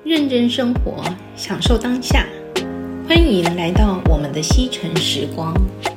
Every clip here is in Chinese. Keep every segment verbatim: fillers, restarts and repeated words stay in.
认真生活，享受当下。欢迎来到我们的西城时光。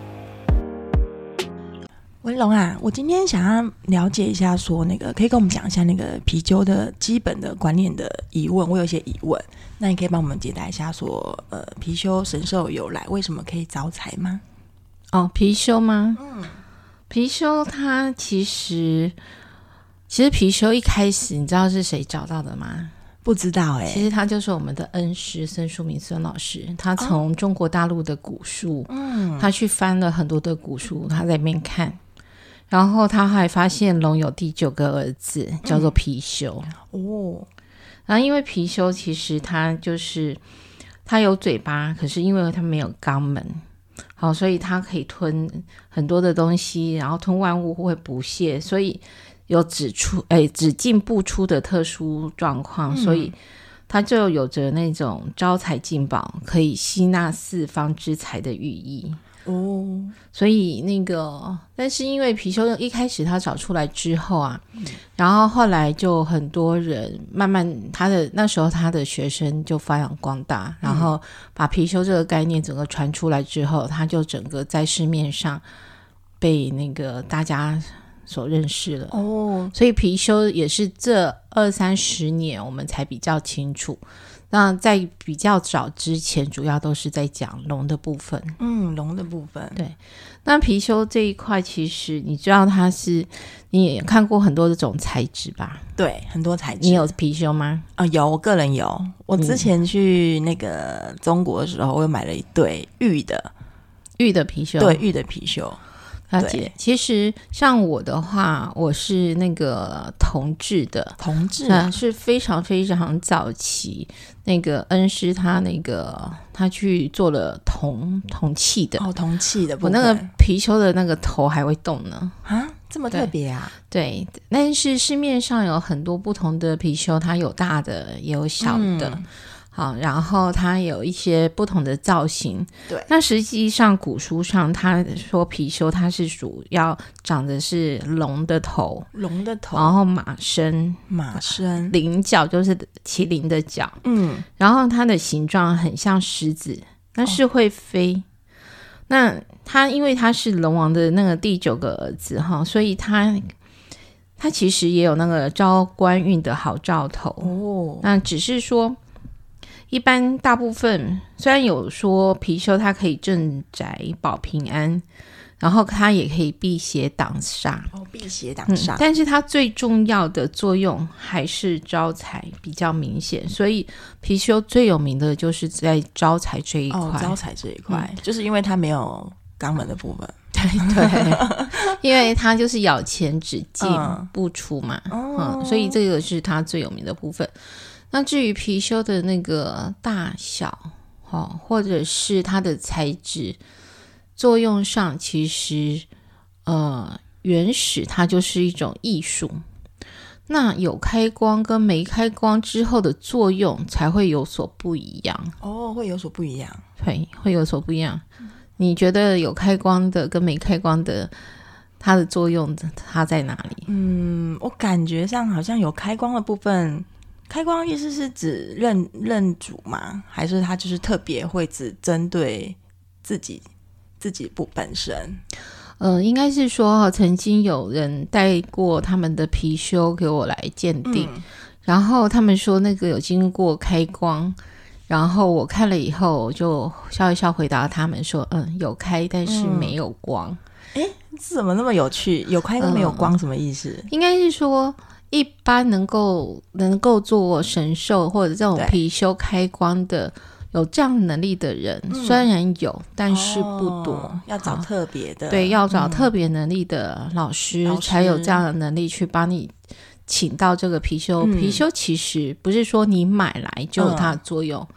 文龙啊，我今天想要了解一下说那个可以跟我们讲一下那个貔貅的基本的观念的疑问，我有一些疑问，那你可以帮我们解答一下说呃貔貅神兽由来，为什么可以招财吗？ 哦，貔貅吗？ 嗯， 貔貅它其实其实貔貅一开始你知道是谁找到的吗？ 不知道哎、欸。 其实他就是我们的恩师孙书明孙老师，他从中国大陆的古书、哦、嗯，他去翻了很多的古书，他在那边看，然后他还发现龙有第九个儿子叫做貔貅、嗯、哦，然后因为貔貅其实他就是他有嘴巴，可是因为他没有肛门，好，所以他可以吞很多的东西，然后吞万物会不泄，所以有只出诶只进不出的特殊状况、嗯、所以它就有着那种招财进宝，可以吸纳四方之财的寓意哦。所以那个但是因为貔貅一开始他找出来之后啊、嗯、然后后来就很多人慢慢他的那时候他的学生就发扬光大、嗯、然后把貔貅这个概念整个传出来之后，他就整个在市面上被那个大家所认识了哦，所以貔貅也是这二三十年我们才比较清楚。那在比较早之前，主要都是在讲龙的部分。 嗯，龙的部分。 对，那貔貅这一块，其实你知道它是，你也看过很多这种材质吧？ 对，很多材质。 你有貔貅吗？ 啊、呃，有，我个人有。我之前去那个中国的时候，我有买了一对玉的玉的貔貅， 对，玉的貔貅。 了解。其实像我的话，我是那个铜制的， 铜制、啊嗯、是非常非常早期，那个恩师他那个他去做了铜铜器的哦，铜器的部分。 我那个貔貅的那个头还会动呢啊，这么特别啊？ 对，对，但是市面上有很多不同的貔貅，它有大的也有小的。嗯，好，然后它有一些不同的造型。 对， 那实际上古书上他说貔貅它是主要长的是龙的头， 龙的头， 然后马身， 马身， 麟角就是麒麟的角，嗯，然后它的形状很像狮子，但是会飞。哦，那它因为它是龙王的那个第九个儿子哈，所以它它其实也有那个招官运的好兆头哦。那只是说一般大部分虽然有说貔貅它可以镇宅保平安，然后它也可以辟邪挡煞哦，辟邪挡煞、嗯、 但是它最重要的作用还是招财比较明显，所以貔貅最有名的就是在招财这一块。 哦，招财这一块、嗯、就是因为它没有肛门的部分。 对对，因为它就是咬钱只进不出嘛、嗯嗯、所以这个是它最有名的部分。那至于貔貅的那个大小、哦、或者是它的材质作用上，其实呃原始它就是一种艺术，那有开光跟没开光之后的作用才会有所不一样。 哦，会有所不一样。 对，会有所不一样、嗯、你觉得有开光的跟没开光的它的作用它在哪里？ 嗯，我感觉上好像有开光的部分，开光意思是指认认主吗？还是他就是特别会只针对自己自己不本身？ 呃，应该是说曾经有人带过他们的貔貅给我来鉴定、嗯、然后他们说那个有经过开光，然后我看了以后我就笑一笑回答他们说嗯，有开但是没有光。 诶、嗯，怎么那么有趣？有开跟没有光什么意思？ 嗯、应该是说一般能够能够做神兽或者这种貔貅开光的有这样能力的人、嗯、虽然有但是不多、哦、 要找特别的。 对，要找特别能力的老师、嗯、才有这样的能力去帮你请到这个貔貅。貔貅其实不是说你买来就有它的作用、嗯、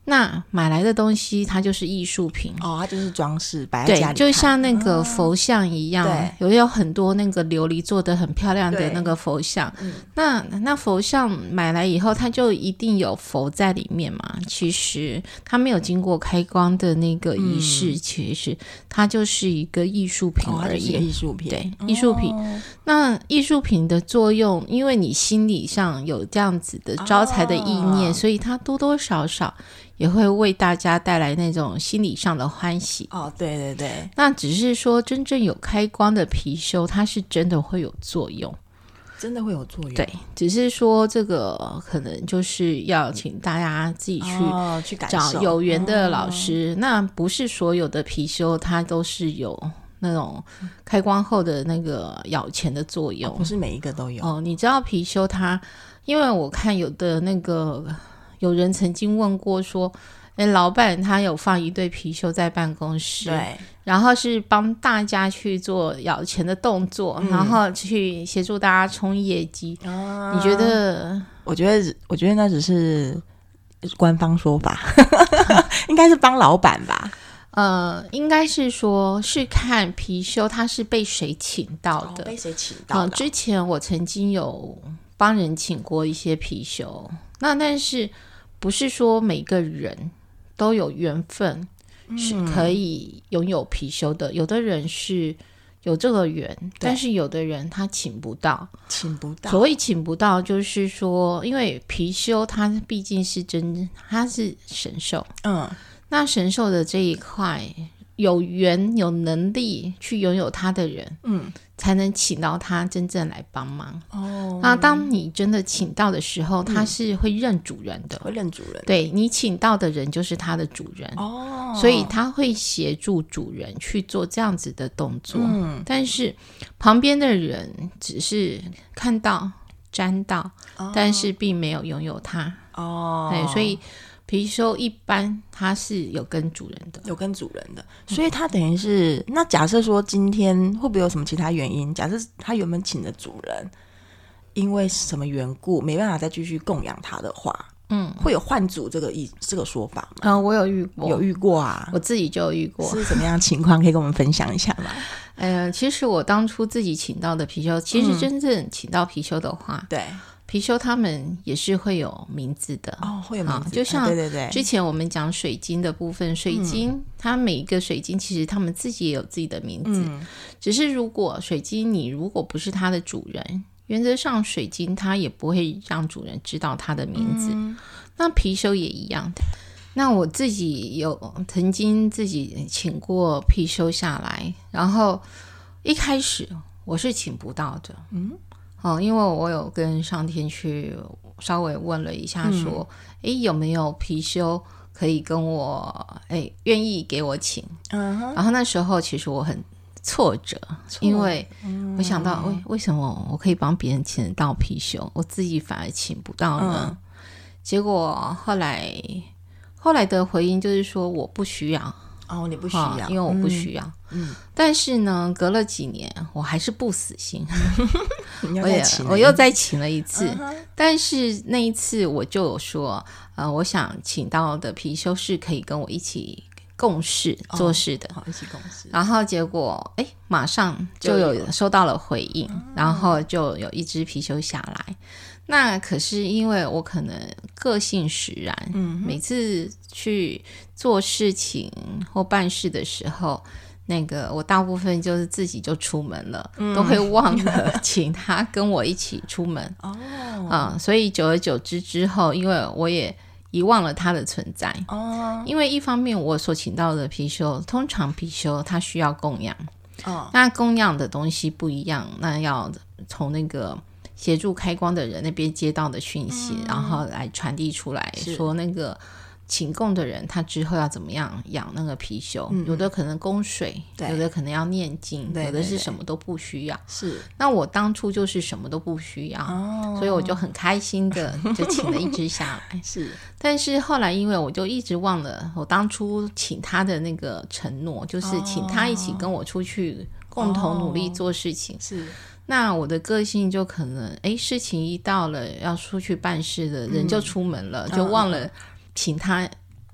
那买来的东西它就是艺术品哦，它就是装饰摆在家里看， 对，就像那个佛像一样、 哦、 有有很多那个琉璃做的很漂亮的那个佛像、嗯、那那佛像买来以后它就一定有佛在里面嘛，其实它没有经过开光的那个仪式、嗯、其实它就是一个艺术品而已、 哦、艺术品对，艺术品、哦、那艺术品的作用，因为你心理上有这样子的招财的意念、哦、所以它多多少少也会为大家带来那种心理上的欢喜。 哦，对对对， 那只是说真正有开光的貔貅它是真的会有作用， 真的会有作用， 对，只是说这个可能就是要请大家自己去、 哦、去找有缘的老师、哦、那不是所有的貔貅它都是有那种开光后的那个咬钱的作用、 哦、不是每一个都有哦。你知道貔貅它，因为我看有的那个有人曾经问过说，诶，老板他有放一对貔貅在办公室， 对， 然后是帮大家去做咬钱的动作、嗯、然后去协助大家冲业绩、啊、你觉得？ 我觉得我觉得那只是官方说法应该是帮老板吧。 呃，应该是说是看貔貅他是被谁请到的、 哦、被谁请到的、 呃、之前我曾经有帮人请过一些貔貅，那但是不是说每个人都有缘分是可以拥有貔貅的、嗯、有的人是有这个缘，但是有的人他请不到请不到。 所谓请不到就是说，因为貔貅它毕竟是真，它是神兽，嗯，那神兽的这一块有缘有能力去拥有它的人，嗯，才能请到他真正来帮忙。哦，那当你真的请到的时候，他是会认主人的， 会认主人。 对，你请到的人就是他的主人。哦，所以他会协助主人去做这样子的动作。嗯，但是旁边的人只是看到沾到、哦、但是并没有拥有它。哦，对，所以貔貅一般它是有跟主人的， 有跟主人的，所以它等于是、嗯、那假设说今天会不会有什么其他原因，假设他原本请的主人因为什么缘故没办法再继续供养他的话，嗯，会有换主这个意这个说法吗？ 嗯、呃，我有遇过， 有遇过啊， 我自己就有遇过。 是什么样的情况可以跟我们分享一下吗？ 呃，其实我当初自己请到的貔貅，其实真正请到貔貅的话，嗯、对。貔貅他们也是会有名字的哦，会有名字， 就像对对对， 之前我们讲水晶的部分，水晶、嗯、它每一个水晶其实他们自己也有自己的名字、嗯、只是如果水晶你如果不是它的主人，原则上水晶它也不会让主人知道它的名字、嗯、那貔貅也一样的。那我自己有曾经自己请过貔貅下来，然后一开始我是请不到的，嗯哦，因为我有跟上天去稍微问了一下说，诶、嗯、有没有貔貅可以跟我诶愿意给我请、嗯、然后那时候其实我很挫折，因为我想到、嗯、为, 为什么我可以帮别人请得到貔貅，我自己反而请不到呢、嗯、结果后来后来的回应就是说我不需要哦，你不需要、哦、 因为我不需要、嗯嗯、但是呢隔了几年我还是不死心你又再请了我, 我又再请了一次、uh-huh. 但是那一次我就有说呃，我想请到的貔貅是可以跟我一起共事、oh, 做事的， 好，一起共事。 然后结果哎，马上就有收到了回应，然后就有一只貔貅下来。那可是因为我可能个性使然、嗯、每次去做事情或办事的时候，那个我大部分就是自己就出门了、嗯、都会忘了请他跟我一起出门哦、嗯，所以久而久之之后，因为我也遗忘了它的存在哦。因为一方面我所请到的貔貅，通常貔貅它需要供养哦，那供养的东西不一样，那要从那个协助开光的人那边接到的讯息、嗯、然后来传递出来，说那个请供的人他之后要怎么样养那个貔貅、嗯、有的可能供水，有的可能要念经，对对对，有的是什么都不需要。是，那我当初就是什么都不需要、哦、所以我就很开心的就请了一只下来是，但是后来因为我就一直忘了我当初请他的那个承诺，就是请他一起跟我出去共同努力做事情、哦、是。那我的个性就可能诶事情一到了要出去办事的人就出门了、嗯、就忘了请他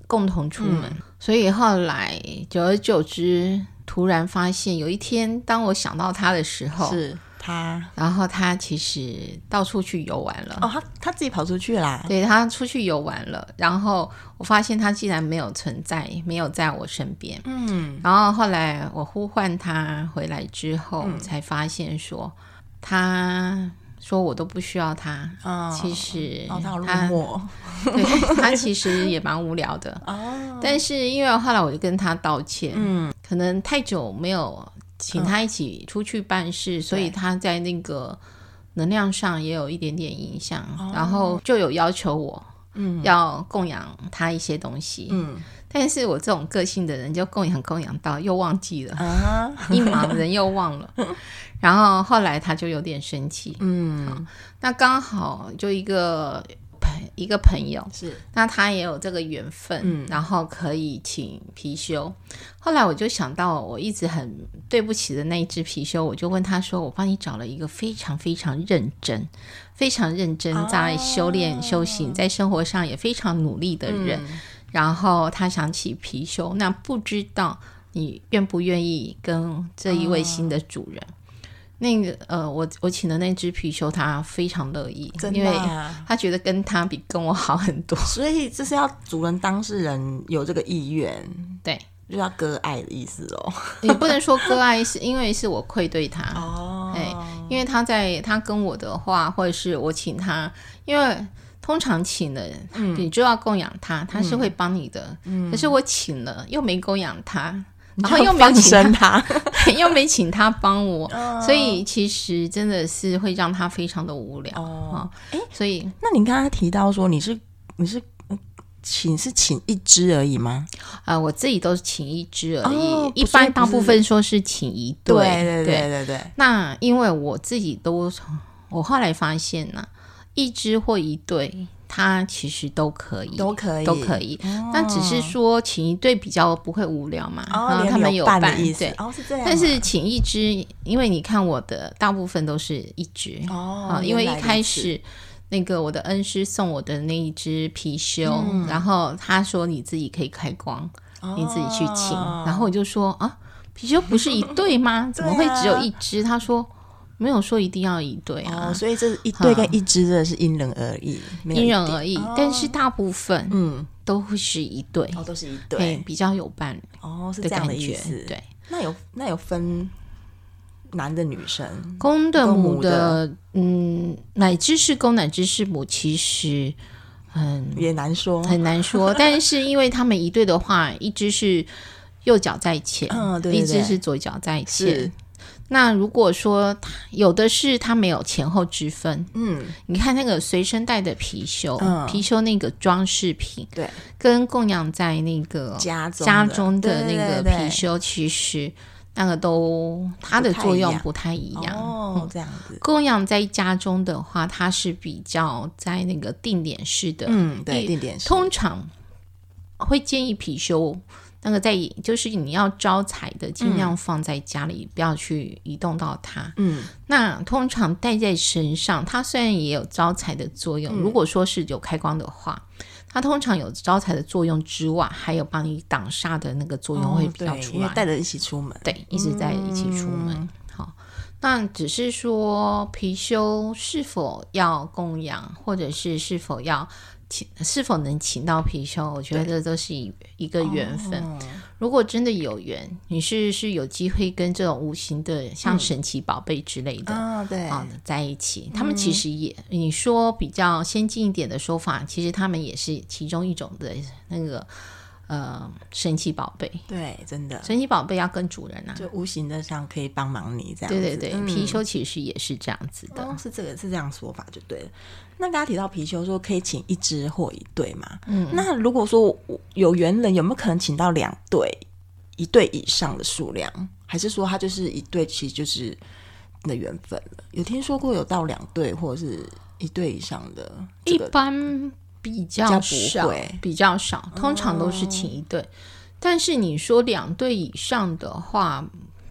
共同出门、嗯、所以后来久而久之突然发现有一天当我想到他的时候， 是他， 然后他其实到处去游玩了。 哦，他他自己跑出去啦？ 对，他出去游玩了，然后我发现他竟然没有存在，没有在我身边。嗯，然后后来我呼唤他回来之后、嗯、才发现说他说我都不需要他、哦、其实他、哦、他好落寞对，他其实也蛮无聊的、哦、但是因为后来我就跟他道歉，嗯，可能太久没有请他一起出去办事、嗯、所以他在那个能量上也有一点点影响、哦、然后就有要求我嗯，要供养他一些东西，嗯，但是我这种个性的人就供养供养到又忘记了、啊、一忙人又忘了然后后来他就有点生气，嗯，那刚好就一个一个朋友是，那他也有这个缘分、嗯、然后可以请貔貅。后来我就想到我一直很对不起的那一只貔貅，我就问他说我帮你找了一个非常非常认真非常认真在修炼、哦、修行，在生活上也非常努力的人、嗯、然后他想起貔貅，那不知道你愿不愿意跟这一位新的主人、哦那个呃，我我请的那只貔貅，他非常乐意， 真的、啊， 因为他觉得跟他比跟我好很多， 所以这是要主人当事人有这个意愿， 对， 就要割爱的意思哦。 也不能说割爱，是因为是我愧对他哦，哎，因为他在他跟我的话，或者是我请他，因为通常请了、嗯、你就要供养他，他是会帮你的，嗯、可是我请了又没供养他。然后又没请他又没请他帮我、哦、所以其实真的是会让他非常的无聊、哦哦、所以那你刚刚提到说你是你是请是请一只而已吗？ 呃，我自己都是请一只而已、哦、一般大部分说是请一对， 对对对对对。 那因为我自己都我后来发现呢、啊，一只或一对它其实都可以都可以都可以、哦、但只是说请一对比较不会无聊嘛， 哦、 然后他们有伴的意思， 对、 哦、是这样、啊、 但是请一只，因为你看我的大部分都是一只、哦啊、因为一开始那个我的恩师送我的那一只貔貅、嗯、然后他说你自己可以开光、哦、你自己去请，然后我就说啊，貔貅不是一对吗怎么会只有一只、啊、他说没有说一定要一对啊、 哦、所以这一对跟一只的是因人而异， 因人而异、哦、但是大部分嗯都会是一对、 哦、都是一对， 比较有伴哦，是这样的意思。 对， 那有那有分男的女生， 公的母的，母的嗯，乃至是公乃至是母，其实嗯也难说，很难说。但是因为他们一对的话，一只是右脚在前，嗯，对对对，一只是左脚在前。那如果说有的是它没有前后之分，嗯，你看那个随身带的貔貅，嗯、貔貅那个装饰品， 对， 跟供养在那个家中 的, 家中的那个貔貅，其实那个都它的作用不太一样。 哦、嗯，这样子。 供养在家中的话，它是比较在那个定点式的， 嗯，对，定点式。 通常会建议貔貅。那个在就是你要招财的尽量放在家里、嗯、不要去移动到它。嗯，那通常戴在身上，它虽然也有招财的作用、嗯、如果说是有开光的话，它通常有招财的作用之外，还有帮你挡煞的那个作用会比较出来、哦、 因为带着一起出门， 对，一直在一起出门、嗯、好，那只是说貔貅是否要供养，或者是是否要是否能请到貔貅，我觉得这都是一个缘分、哦、如果真的有缘，你是是有机会跟这种无形的像神奇宝贝之类的、 嗯哦、对、啊、 在一起，他们其实也、嗯、你说比较先进一点的说法，其实他们也是其中一种的那个呃神奇宝贝。 对，真的神奇宝贝要跟主人啊， 就无形的上可以帮忙你这样子。 对对对，貔貅、嗯、其实也是这样子的、 哦、是这个是这样说法就对了。那刚刚提到貔貅说可以请一只或一对嘛，嗯，那如果说有缘人有没有可能请到两对一对以上的数量，还是说他就是一对其实就是你的缘分了？有听说过有到两对或者是一对以上的、这个、 一般比较少，比较少，通常都是请一对、哦、但是你说两对以上的话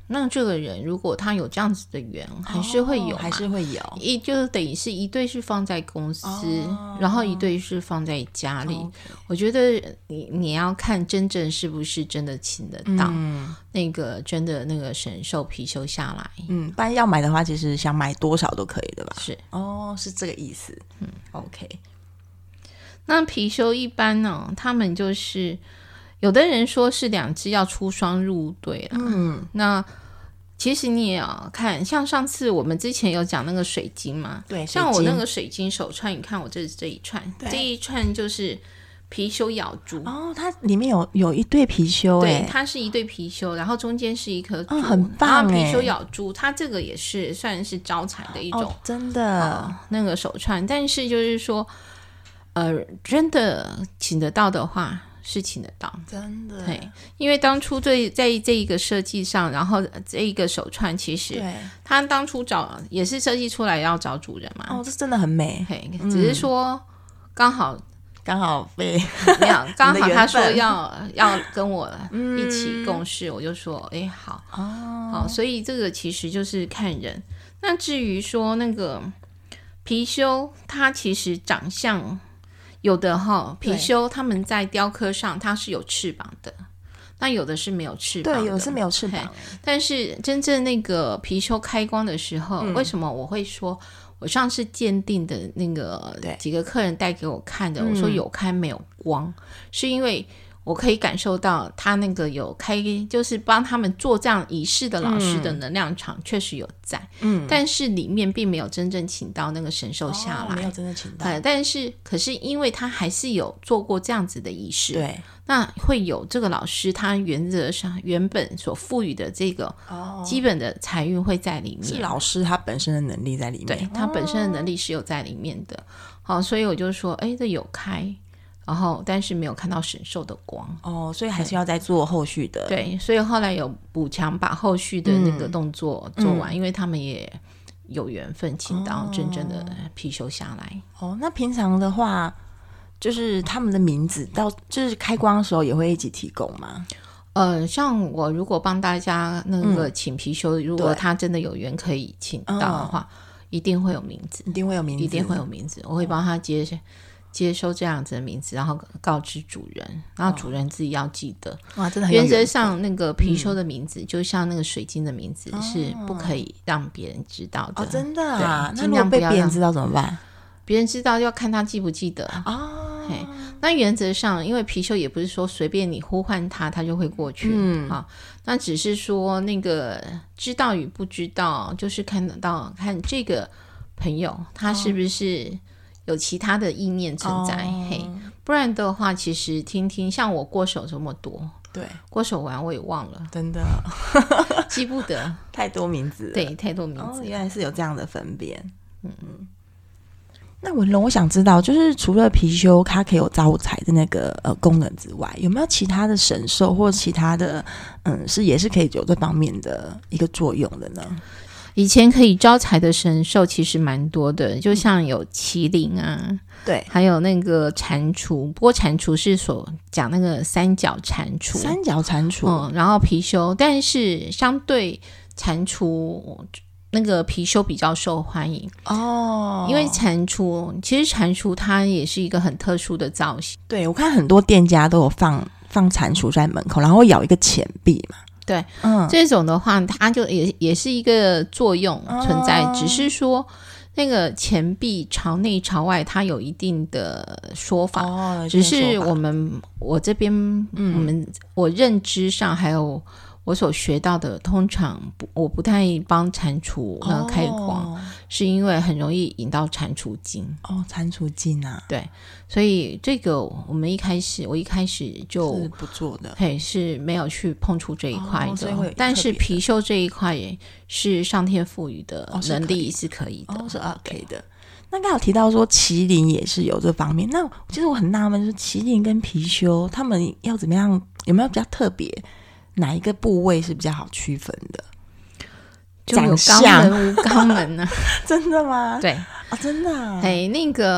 那这个人如果他有这样子的缘，还是会有嘛、 哦、还是会有， 一就等于是一对是放在公司、哦、然后一对是放在家里、哦 okay、我觉得你你要看真正是不是真的请得到、嗯、那个真的那个神兽貔貅下来， 嗯，不然要买的话其实想买多少都可以的吧， 是哦，是这个意思，嗯 OK。 那貔貅一般呢，他们就是有的人说是两只要出双入对啦，嗯，那其实你也要看，像上次我们之前有讲那个水晶嘛， 对， 像我那个水晶手串，你看我这这一串，这一串就是貔貅咬珠哦，它里面有有一对貔貅， 对，它是一对貔貅，然后中间是一颗珠、 哦、很棒， 然后貔貅咬珠，它这个也是算是招财的一种、 哦、真的、 呃、那个手串，但是就是说呃，真的请得到的话是请得到， 真的， 对，因为当初对在这一个设计上，然后这一个手串其实他当初找也是设计出来要找主人嘛， 哦，这真的很美， 只是说刚好刚好被刚好他说要要跟我一起共事、嗯、我就说哎好、哦、好，所以这个其实就是看人。那至于说那个貔貅，它其实长相有的哈，貔貅他们在雕刻上它是有翅膀的，那有的是没有翅膀的， 对，有的是没有翅膀。 但是真正那个貔貅开光的时候、嗯、为什么我会说我上次鉴定的那个几个客人带给我看的，我说有开没有光、嗯、是因为我可以感受到他那个有开，就是帮他们做这样仪式的老师的能量场确实有在，嗯，但是里面并没有真正请到那个神兽下来、 哦、没有真正请到、 呃、但是可是因为他还是有做过这样子的仪式， 对， 那会有这个老师他原则上原本所赋予的这个基本的财运会在里面、哦、 是老师他本身的能力在里面， 对，他本身的能力是有在里面的、哦、好，所以我就说哎，这有开，然后但是没有看到神兽的光哦，所以还是要再做后续的， 对，所以后来有补强把后续的那个动作做完、嗯、因为他们也有缘分请到真正的貔貅下来。 哦，那平常的话就是他们的名字到就是开光的时候也会一起提供吗？ 呃，像我如果帮大家那个请貔貅、嗯、如果他真的有缘可以请到的话、嗯、一定会有名字， 一定会有名字， 一定会有名字，我会帮他接、哦接收这样子的名字，然后告知主人，然后主人自己要记得。 哇，真的很有缘分。 原则上，那个貔貅的名字、嗯，就像那个水晶的名字，是不可以让别人知道的。 哦，真的啊？那如果被别人知道怎么办？ 别人知道要看他记不记得哦。嘿，那原则上，因为貔貅也不是说随便你呼唤他，他就会过去。嗯，好，那只是说那个知道与不知道，就是看得到看这个朋友他是不是。哦有其他的意念存在、哦、嘿，不然的话其实听听像我过手这么多，对，过手完我也忘了， 真的记不得， 太多名字了， 对，太多名字、 哦、原来是有这样的分辨。嗯嗯，那文龙我想知道就是除了貔貅它可以有招财的那个呃功能之外，有没有其他的神兽或其他的嗯是也是可以有这方面的一个作用的呢？ 以前可以招财的神兽其实蛮多的，就像有麒麟啊，对，还有那个蟾蜍，不过蟾蜍是所讲那个三角蟾蜍， 三角蟾蜍， 嗯，然后貔貅，但是相对蟾蜍那个貔貅比较受欢迎哦，因为蟾蜍其实蟾蜍它也是一个很特殊的造型， 对，我看很多店家都有放放蟾蜍在门口，然后咬一个钱币嘛。 对，嗯，这种的话它就也也是一个作用存在、哦、只是说那个钱币朝内朝外它有一定的说法、哦、只是我们我这边、嗯、我们我认知上还有我所学到的，通常不我不太帮蟾蜍那开光、哦、是因为很容易引到蟾蜍精哦，蟾蜍精啊， 对，所以这个我们一开始我一开始就是不做的， 嘿，是没有去碰触这一块的、 哦、 但是貔貅这一块也是上天赋予的能力，是可以的， 哦，是 OK 的。那刚好提到说麒麟也是有这方面，那其实我很纳闷，就是麒麟跟貔貅他们要怎么样，有没有比较特别，哪一个部位是比较好区分的？ 就有肛门无肛门呢、啊？ 真的吗？ 对啊，真的啊。 哎，那个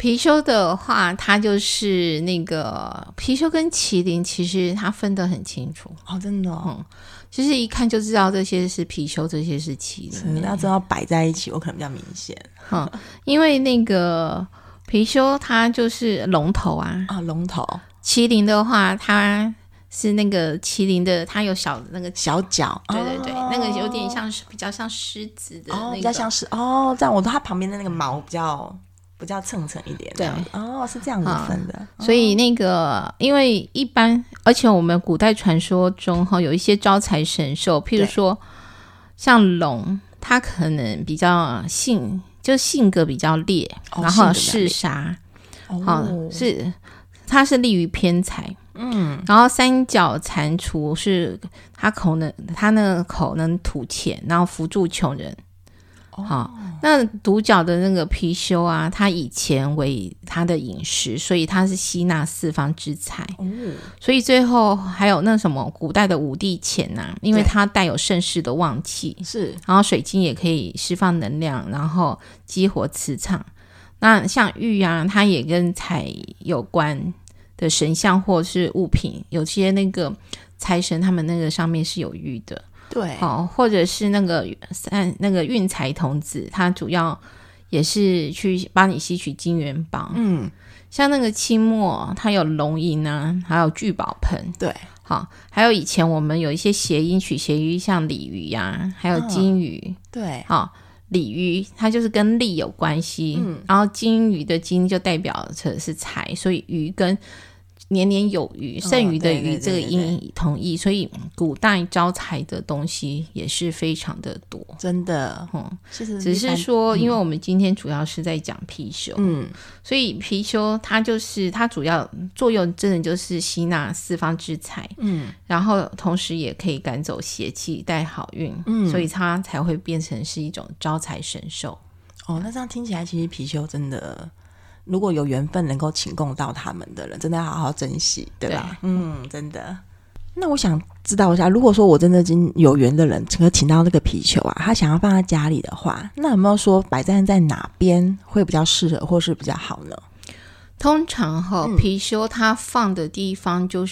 貔貅的话，它就是那个貔貅跟麒麟，其实它分得很清楚哦，真的哦。 嗯，其实一看就知道这些是貔貅，这些是麒麟。 要知道摆在一起，我可能比较明显。 嗯，因为那个貔貅它就是龙头啊， 啊，龙头。 麒麟的话，它是那个麒麟的，它有小那个小脚， 对对对， 哦、 那个有点像是比较像狮子的、那个， 哦，比较像是哦，这样我它旁边的那个毛比较比较蹭蹭一点， 对， 哦，是这样子分的、 嗯。所以那个，因为一般，而且我们古代传说中哈有一些招财神兽，譬如说像龙，它可能比较性就性格比较烈， 哦、 然后嗜杀， 哦， 嗯、是它是利于偏财。 嗯， 然后三角蟾蜍是它口能，它那个口能吐钱，然后扶助穷人。好、哦，那独角的那个貔貅啊，它以钱为它的饮食，所以它是吸纳四方之财。 哦， 所以最后还有那什么古代的五帝钱啊，因为它带有盛世的旺气， 是， 然后水晶也可以释放能量，然后激活磁场。那像玉啊，它也跟财有关的神像或是物品，有些那个财神他们那个上面是有玉的， 对， 哦，或者是那个三那个运财童子，它主要也是去帮你吸取金元宝， 嗯， 像那个清末它有龙吟啊，还有聚宝盆， 对， 好，还有以前我们有一些谐音取谐音，像鲤鱼啊，还有金鱼， 嗯、对， 好。鲤鱼它就是跟利有关系、嗯、然后金鱼的金就代表的是财，所以鱼跟年年有余，剩余的余这个音同义，所以古代招财的东西也是非常的多， 真的， 嗯， 其实只是说、嗯、因为我们今天主要是在讲貔貅， 嗯， 所以貔貅它就是它主要作用真的就是吸纳四方之财，嗯，然后同时也可以赶走邪气带好运，嗯，所以它才会变成是一种招财神兽。 哦，那这样听起来其实貔貅真的如果有缘分能够请供到他们的人，真的要好好珍惜，对吧？对，嗯，真的。那我想知道一下，如果说我真的已经有缘的人可以请到那个貔貅啊，他想要放在家里的话，那有没有说摆在在哪边会比较适合或是比较好呢？ 通常哈，貔貅它放的地方就是、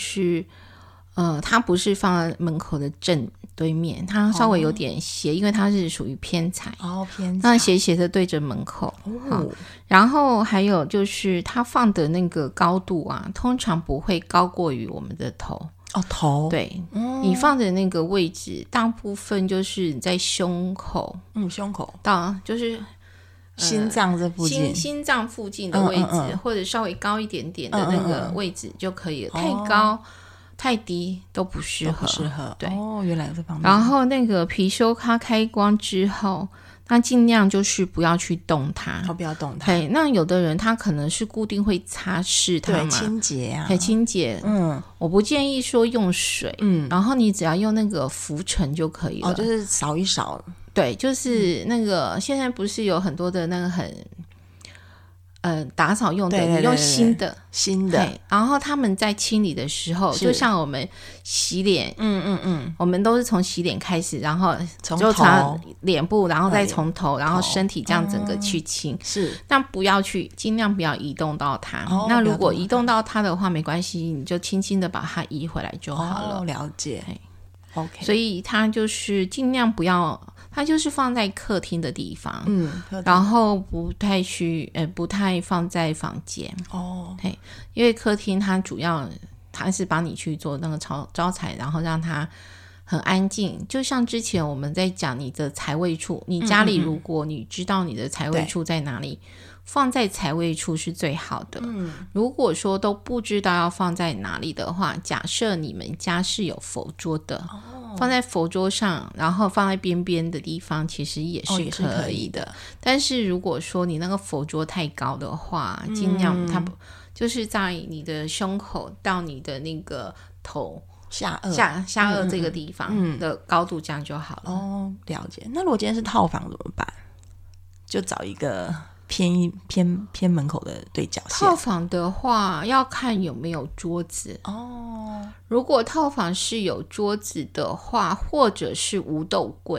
嗯、呃，它不是放在门口的正对面，它稍微有点斜、哦、因为它是属于偏财哦，偏财， 那斜斜的对着门口、哦、然后还有就是它放的那个高度啊，通常不会高过于我们的头哦，头对、 嗯、 你放的那个位置大部分就是在胸口， 嗯，胸口到就是心脏这附近、 呃、心, 心脏附近的位置、嗯嗯嗯、或者稍微高一点点的那个位置就可以了、嗯嗯嗯、太高、哦太低都不适合， 都不适合。 对， 哦，原来有这方面。 然后那个貔貅它开光之后，那尽量就是不要去动它， 哦，不要动它。 对，那有的人他可能是固定会擦拭它嘛， 对，清洁啊， 很清洁。嗯，我不建议说用水，嗯，然后你只要用那个浮尘就可以了， 哦，就是扫一扫。 对，就是那个、嗯、现在不是有很多的那个很。呃，打扫用的， 对对对对对， 你用新的新的， 然后他们在清理的时候，就像我们洗脸， 嗯嗯嗯， 我们都是从洗脸开始，然后从就从脸部，然后再从头， 头然后身体这样整个去清。 嗯、是， 那不要去，尽量不要移动到它。哦、那如果移动到它的话，没关系，你就轻轻的把它移回来就好了。 哦，了解。OK， 所以它就是尽量不要。它就是放在客厅的地方， 嗯， 然后不太去，呃，不太放在房间哦， 对，因为客厅它主要它是帮你去做那个招招财，然后让它很安静。就像之前我们在讲你的财位处，你家里如果你知道你的财位处在哪里，放在财位处是最好的。嗯，如果说都不知道要放在哪里的话，假设你们家是有佛桌的。哦，放在佛桌上，然后放在边边的地方其实也是可以的、哦、也是可以的。但是如果说你那个佛桌太高的话，尽量它不、嗯、就是在你的胸口到你的那个头下颚下下颚这个地方的高度，这样就好了、 嗯嗯、哦，了解。那如果今天是套房怎么办？就找一个偏偏偏门口的对角线。 套房的话要看有没有桌子哦。如果套房是有桌子的话，或者是无斗柜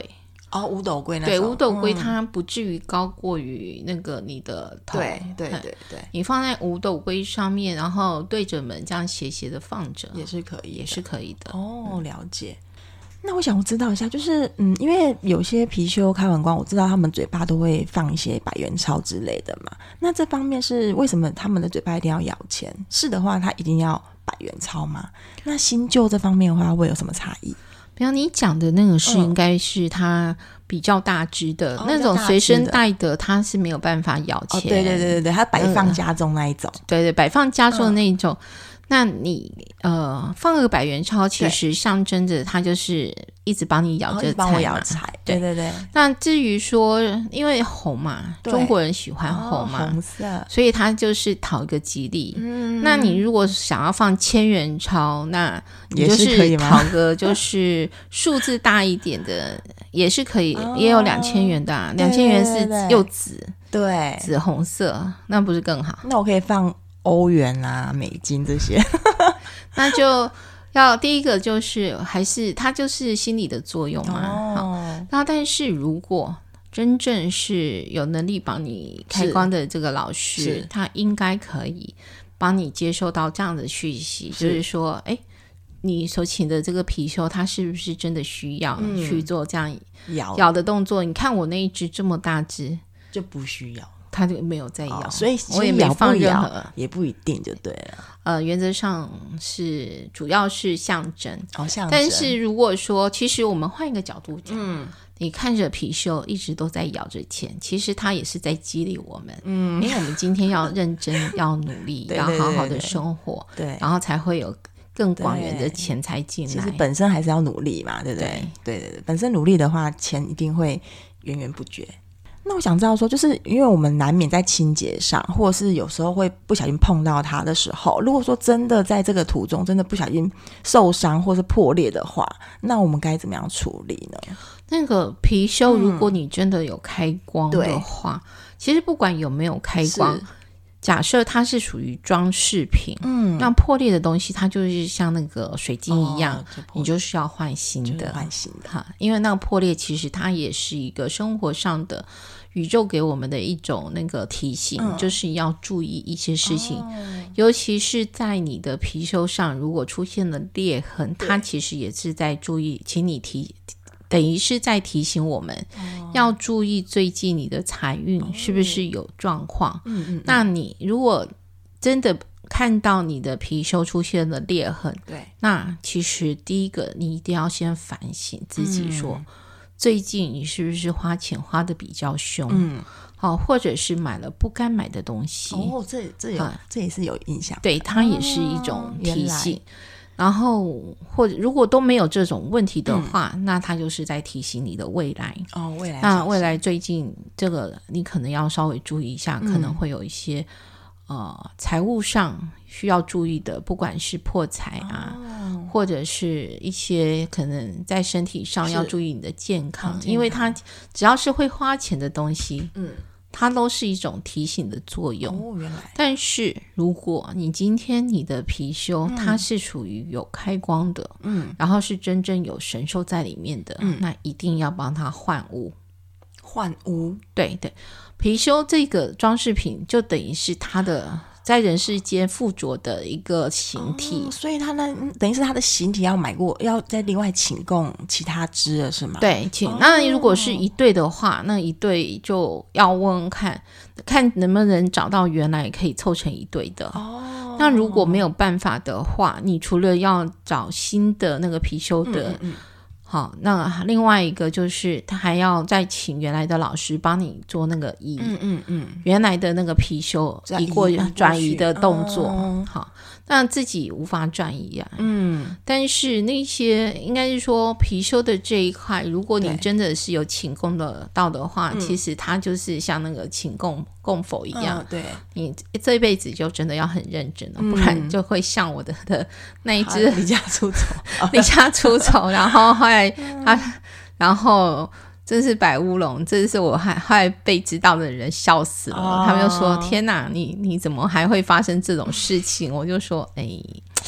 哦，五斗龟那种， 对，五斗龟它不至于高过于那个你的头， 对对对对， 你放在五斗龟上面，然后对着门这样斜斜的放着， 也是可以， 也是可以的。 哦，了解。那我想知道一下，就是嗯，因为有些貔貅开完光，我知道他们嘴巴都会放一些百元钞之类的嘛。那这方面是为什么他们的嘴巴一定要咬钱？是的话，他一定要百元钞吗？那新旧这方面的话，会有什么差异？ 比方你讲的那个是应该是它比较大只的、嗯、那种随身带的，它是没有办法咬钱、哦、 对对对对对，它摆放家中那一种、嗯、 对对，摆放家中的那一种、嗯、那你呃放个百元钞其实象征着它就是一直帮你咬着帮我咬财，对对对。 那至于说因为红嘛，中国人喜欢红嘛、 哦、红色， 所以它就是讨一个吉利、嗯、那你如果想要放千元钞，那你就是讨个就是数字大一点的也是可以、哦、也有两千元的啊，两千元是又紫， 对， 紫红色，那不是更好？那我可以放欧元啊美金这些那就要第一个就是还是它就是心理的作用嘛、哦、那但是如果真正是有能力帮你开光的这个老师，他应该可以帮你接受到这样的讯息，是就是说哎，你所请的这个貔貅它是不是真的需要去做这样咬咬的动作、嗯、你看我那一只这么大只就不需要， 他就没有在咬、哦、 所以我也没放任何， 也不一定就对了。 呃，原则上是主要是象征， 哦，象征。 但是如果说，其实我们换一个角度讲，嗯，你看着貔貅一直都在咬着钱，其实它也是在激励我们，嗯，因为我们今天要认真，要努力， 对对对对， 要好好的生活， 对， 然后才会有更广远的钱财进来。 其实本身还是要努力嘛，对不对？对对对，本身努力的话，钱一定会源源不绝。那我想知道说，就是因为我们难免在清洁上，或者是有时候会不小心碰到它的时候，如果说真的在这个途中真的不小心受伤或是破裂的话，那我们该怎么样处理呢？ 那个貔貅如果你真的有开光的话、嗯、其实不管有没有开光，假设它是属于装饰品，嗯，那破裂的东西它就是像那个水晶一样、哦、就你就是要换新的， 就是换新的哈， 因为那个破裂其实它也是一个生活上的宇宙给我们的一种那个提醒、嗯、就是要注意一些事情、哦、尤其是在你的貔貅上如果出现了裂痕，它其实也是在注意，请你提等于是在提醒我们、哦、要注意最近你的财运是不是有状况、哦嗯嗯嗯、那你如果真的看到你的貔貅出现了裂痕， 对， 那其实第一个你一定要先反省自己说、嗯、最近你是不是花钱花的比较凶，嗯，好、哦，或者是买了不该买的东西， 哦，这这有、嗯、这也是有影响， 对，它也是一种提醒、哦，然后或者如果都没有这种问题的话、嗯、那它就是在提醒你的未来， 哦，未来， 那未来最近这个你可能要稍微注意一下、嗯、可能会有一些呃财务上需要注意的，不管是破财啊、哦、或者是一些可能在身体上要注意你的健康，因为它只要是会花钱的东西，嗯，它都是一种提醒的作用、 哦、原来。 但是如果你今天你的貔貅、嗯、它是属于有开光的，嗯，然后是真正有神兽在里面的、嗯、那一定要帮它换屋。 换屋， 对对，貔貅这个装饰品就等于是它的在人世间附着的一个形体、 哦、所以它呢等于是它的形体要买过，要再另外请供其他只了是吗？ 对，请、哦、那如果是一对的话，那一对就要问问看看能不能找到原来可以凑成一对的哦。那如果没有办法的话，你除了要找新的那个貔貅的、嗯嗯好，那另外一个就是他还要再请原来的老师帮你做那个移，嗯嗯嗯，原来的那个貔貅移过转移的动作、哦、好，那自己无法转移啊，嗯，但是那些应该是说貔貅的这一块，如果你真的是有请供的到的话，其实它就是像那个请供供佛一样、嗯、对，你这一辈子就真的要很认真了、嗯、不然就会像我的的那一只离家出走离家出走然后后来他、嗯、然后真是摆乌龙，这是我还后来被知道的人笑死了、哦、他们就说天哪，你你怎么还会发生这种事情，我就说哎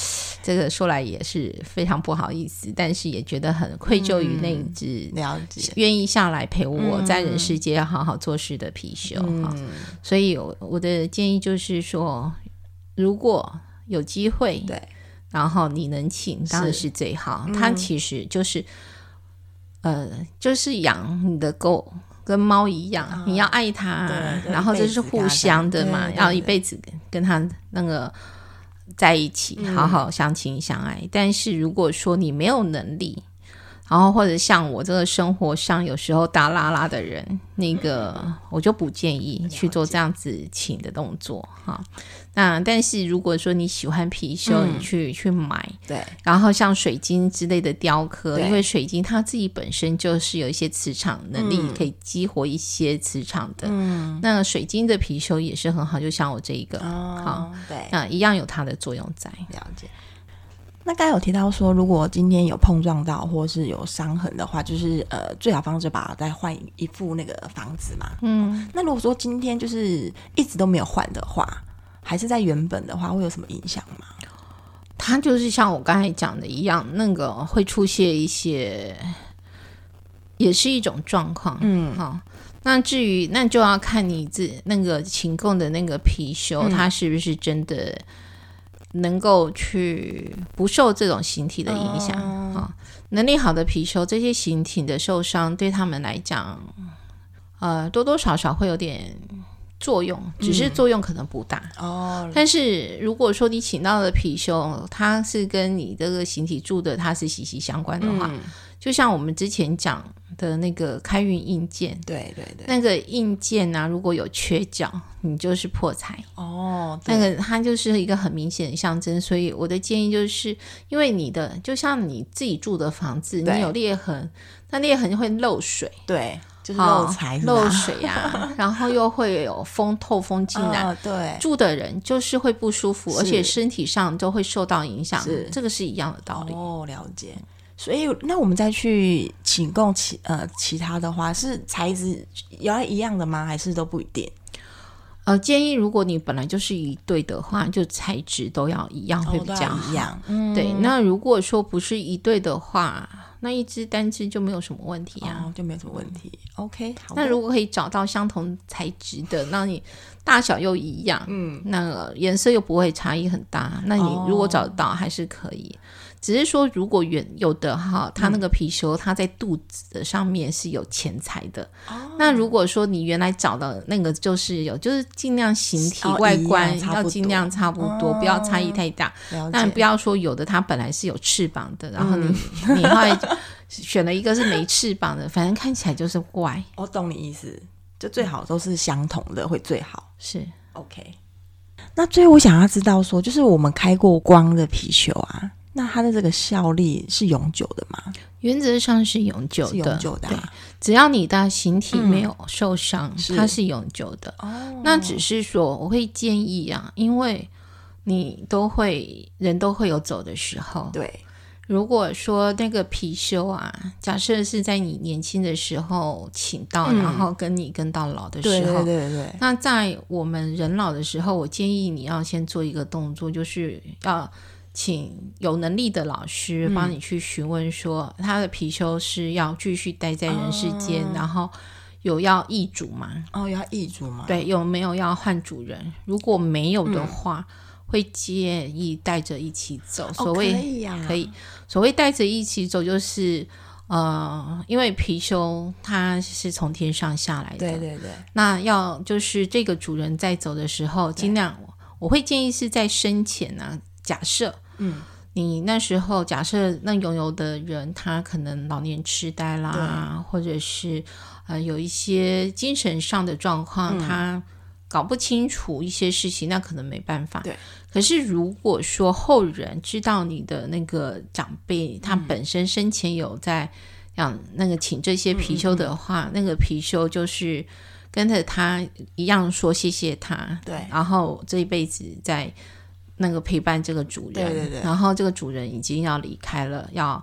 这个说来也是非常不好意思，但是也觉得很愧疚于那一只了解愿意下来陪我在人世间要好好做事的貔貅、嗯、所以我我的建议就是说，如果有机会， 对， 然后你能请当然是最好。它其实就是呃，就是养你的狗跟猫一样、哦、你要爱它，然后这是互相的嘛，要一辈子跟它那个在一起好好相亲相爱、嗯、但是如果说你没有能力，然后或者像我这个生活上有时候大拉拉的人，那个我就不建议去做这样子请的动作哈。那但是如果说你喜欢貔貅、嗯、你去去买， 对， 然后像水晶之类的雕刻，因为水晶它自己本身就是有一些磁场能力、嗯、可以激活一些磁场的、嗯、那水晶的貔貅也是很好，就像我这一个、哦、好，对，那一样有它的作用在。 了解。那刚才有提到说，如果今天有碰撞到或是有伤痕的话，就是呃最好方式把它再换一副那个房子嘛。嗯，那如果说今天就是一直都没有换的话，还是在原本的话，会有什么影响吗？ 它就是像我刚才讲的一样，那个会出现一些，也是一种状况。嗯，好、哦。那至于那就要看你自那个请供的那个貔貅、嗯，它是不是真的能够去不受这种形体的影响、哦哦、能力好的貔貅，这些形体的受伤对他们来讲呃，多多少少会有点作用，只是作用可能不大、嗯哦、但是如果说你请到的貔貅它是跟你这个形体住的它是息息相关的话、嗯、就像我们之前讲的那个开运印鉴， 对对对， 那个印鉴啊，如果有缺角，你就是破财哦。那个它就是一个很明显的象征，所以我的建议就是，因为你的就像你自己住的房子，你有裂痕，那裂痕会漏水， 对，就是漏财、哦、 漏水啊，然后又会有风透风进来、哦，对，住的人就是会不舒服，而且身体上都会受到影响，这个是一样的道理。 哦，了解。所以那我们再去请供其呃其他的话，是材质要一样的吗？还是都不一定？ 呃，建议如果你本来就是一对的话，就材质都要一样会比较好、哦、一样、嗯、对。那如果说不是一对的话，那一只单只就没有什么问题啊、 哦、就没有什么问题、嗯、OK 好。 那如果可以找到相同材质的，那你大小又一样，嗯，那个颜色又不会差异很大，那你如果找得到还是可以、哦，只是说如果原有的哈，它那个貔貅它在肚子的上面是有钱财的、哦、那如果说你原来找的那个就是有，就是尽量形体、哦、外观要尽量差不多、哦、不要差异太大，但不要说有的它本来是有翅膀的，然后你、嗯、你后来选了一个是没翅膀的，反正看起来就是怪。 我懂你意思，就最好都是相同的会最好。 是 OK。 那最后我想要知道说，就是我们开过光的貔貅啊，那它的这个效力是永久的吗？ 原则上是永久的， 是永久的、啊、对， 只要你的形体没有受伤、嗯、它是永久的、哦、那只是说我会建议啊，因为你都会人都会有走的时候， 对， 如果说那个貔貅啊，假设是在你年轻的时候请到、嗯、然后跟你跟到老的时候， 对对对对， 那在我们人老的时候，我建议你要先做一个动作，就是要请有能力的老师帮你去询问说、嗯、他的貔貅是要继续待在人世间、哦、然后有要易主吗？ 哦，要易主吗？ 对，有没有要换主人？如果没有的话、嗯、会建议带着一起走。所谓、 哦、可以啊， 可以。所谓带着一起走，就是呃，因为貔貅它是从天上下来的， 对对对。 那要就是这个主人在走的时候，尽量我会建议是在生前啊，假设嗯，你那时候假设那拥有的人他可能老年痴呆啦，或者是呃有一些精神上的状况、嗯、他搞不清楚一些事情，那可能没办法。 对。 可是如果说后人知道你的那个长辈、嗯、他本身生前有在让那个请这些貔貅的话、嗯嗯嗯、那个貔貅就是跟着他一样说谢谢他， 对， 然后这一辈子在那个陪伴这个主人， 对对对， 然后这个主人已经要离开了，要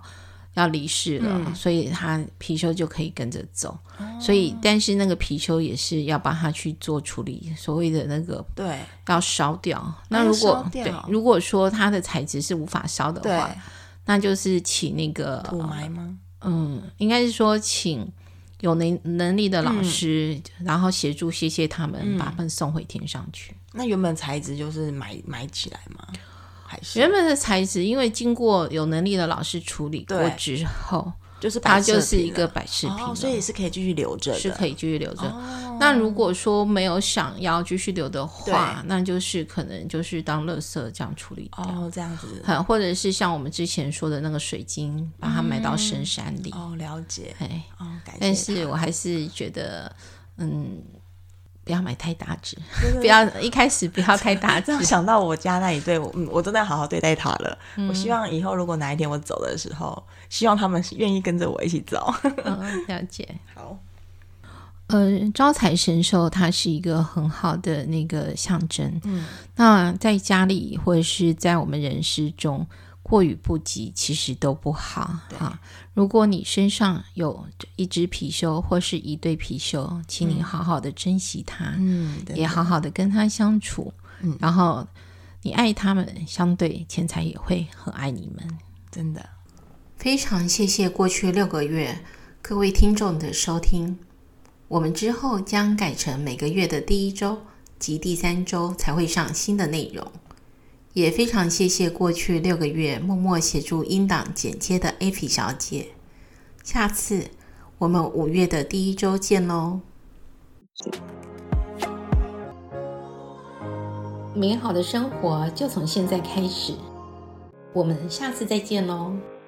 要离世了、嗯、所以他貔貅就可以跟着走、哦、所以但是那个貔貅也是要帮他去做处理，所谓的那个对要烧掉。那如果对如果说它的材质是无法烧的话，那就是请那个土埋吗？ 嗯，应该是说请有能能力的老师、嗯、然后协助谢谢他们、嗯、把他们送回天上去。 那原本材质就是埋埋起来吗？还是原本的材质因为经过有能力的老师处理过之后， 就是它就是一个摆饰品、哦、 所以是可以继续留着的， 是可以继续留着、哦、那如果说没有想要继续留的话，那就是可能就是当垃圾这样处理掉。 哦，这样子、 嗯、或者是像我们之前说的那个水晶把它埋到深山里、 嗯、哦，了解。哦，感谢。 但是我还是觉得嗯不要买太大只，不要一开始不要太大只。 想到我家那一对，我、嗯、我真的好好对待他了、嗯、我希望以后如果哪一天我走的时候，希望他们愿意跟着我一起走。 嗯，了解。 好。 呃，招财神兽它是一个很好的那个象征。嗯，那在家里或者是在我们人世中过与不及其实都不好哈。如果你身上有一只貔貅或是一对貔貅，请你好好的珍惜它，嗯，也好好的跟它相处，嗯，然后你爱他们，相对钱财也会很爱你们。 真的非常谢谢过去六个月各位听众的收听，我们之后将改成每个月的第一周及第三周才会上新的内容。也非常谢谢过去六个月默默协助音档剪接的 Effie 小姐，下次我们五月的第一周见咯。美好的生活就从现在开始，我们下次再见咯。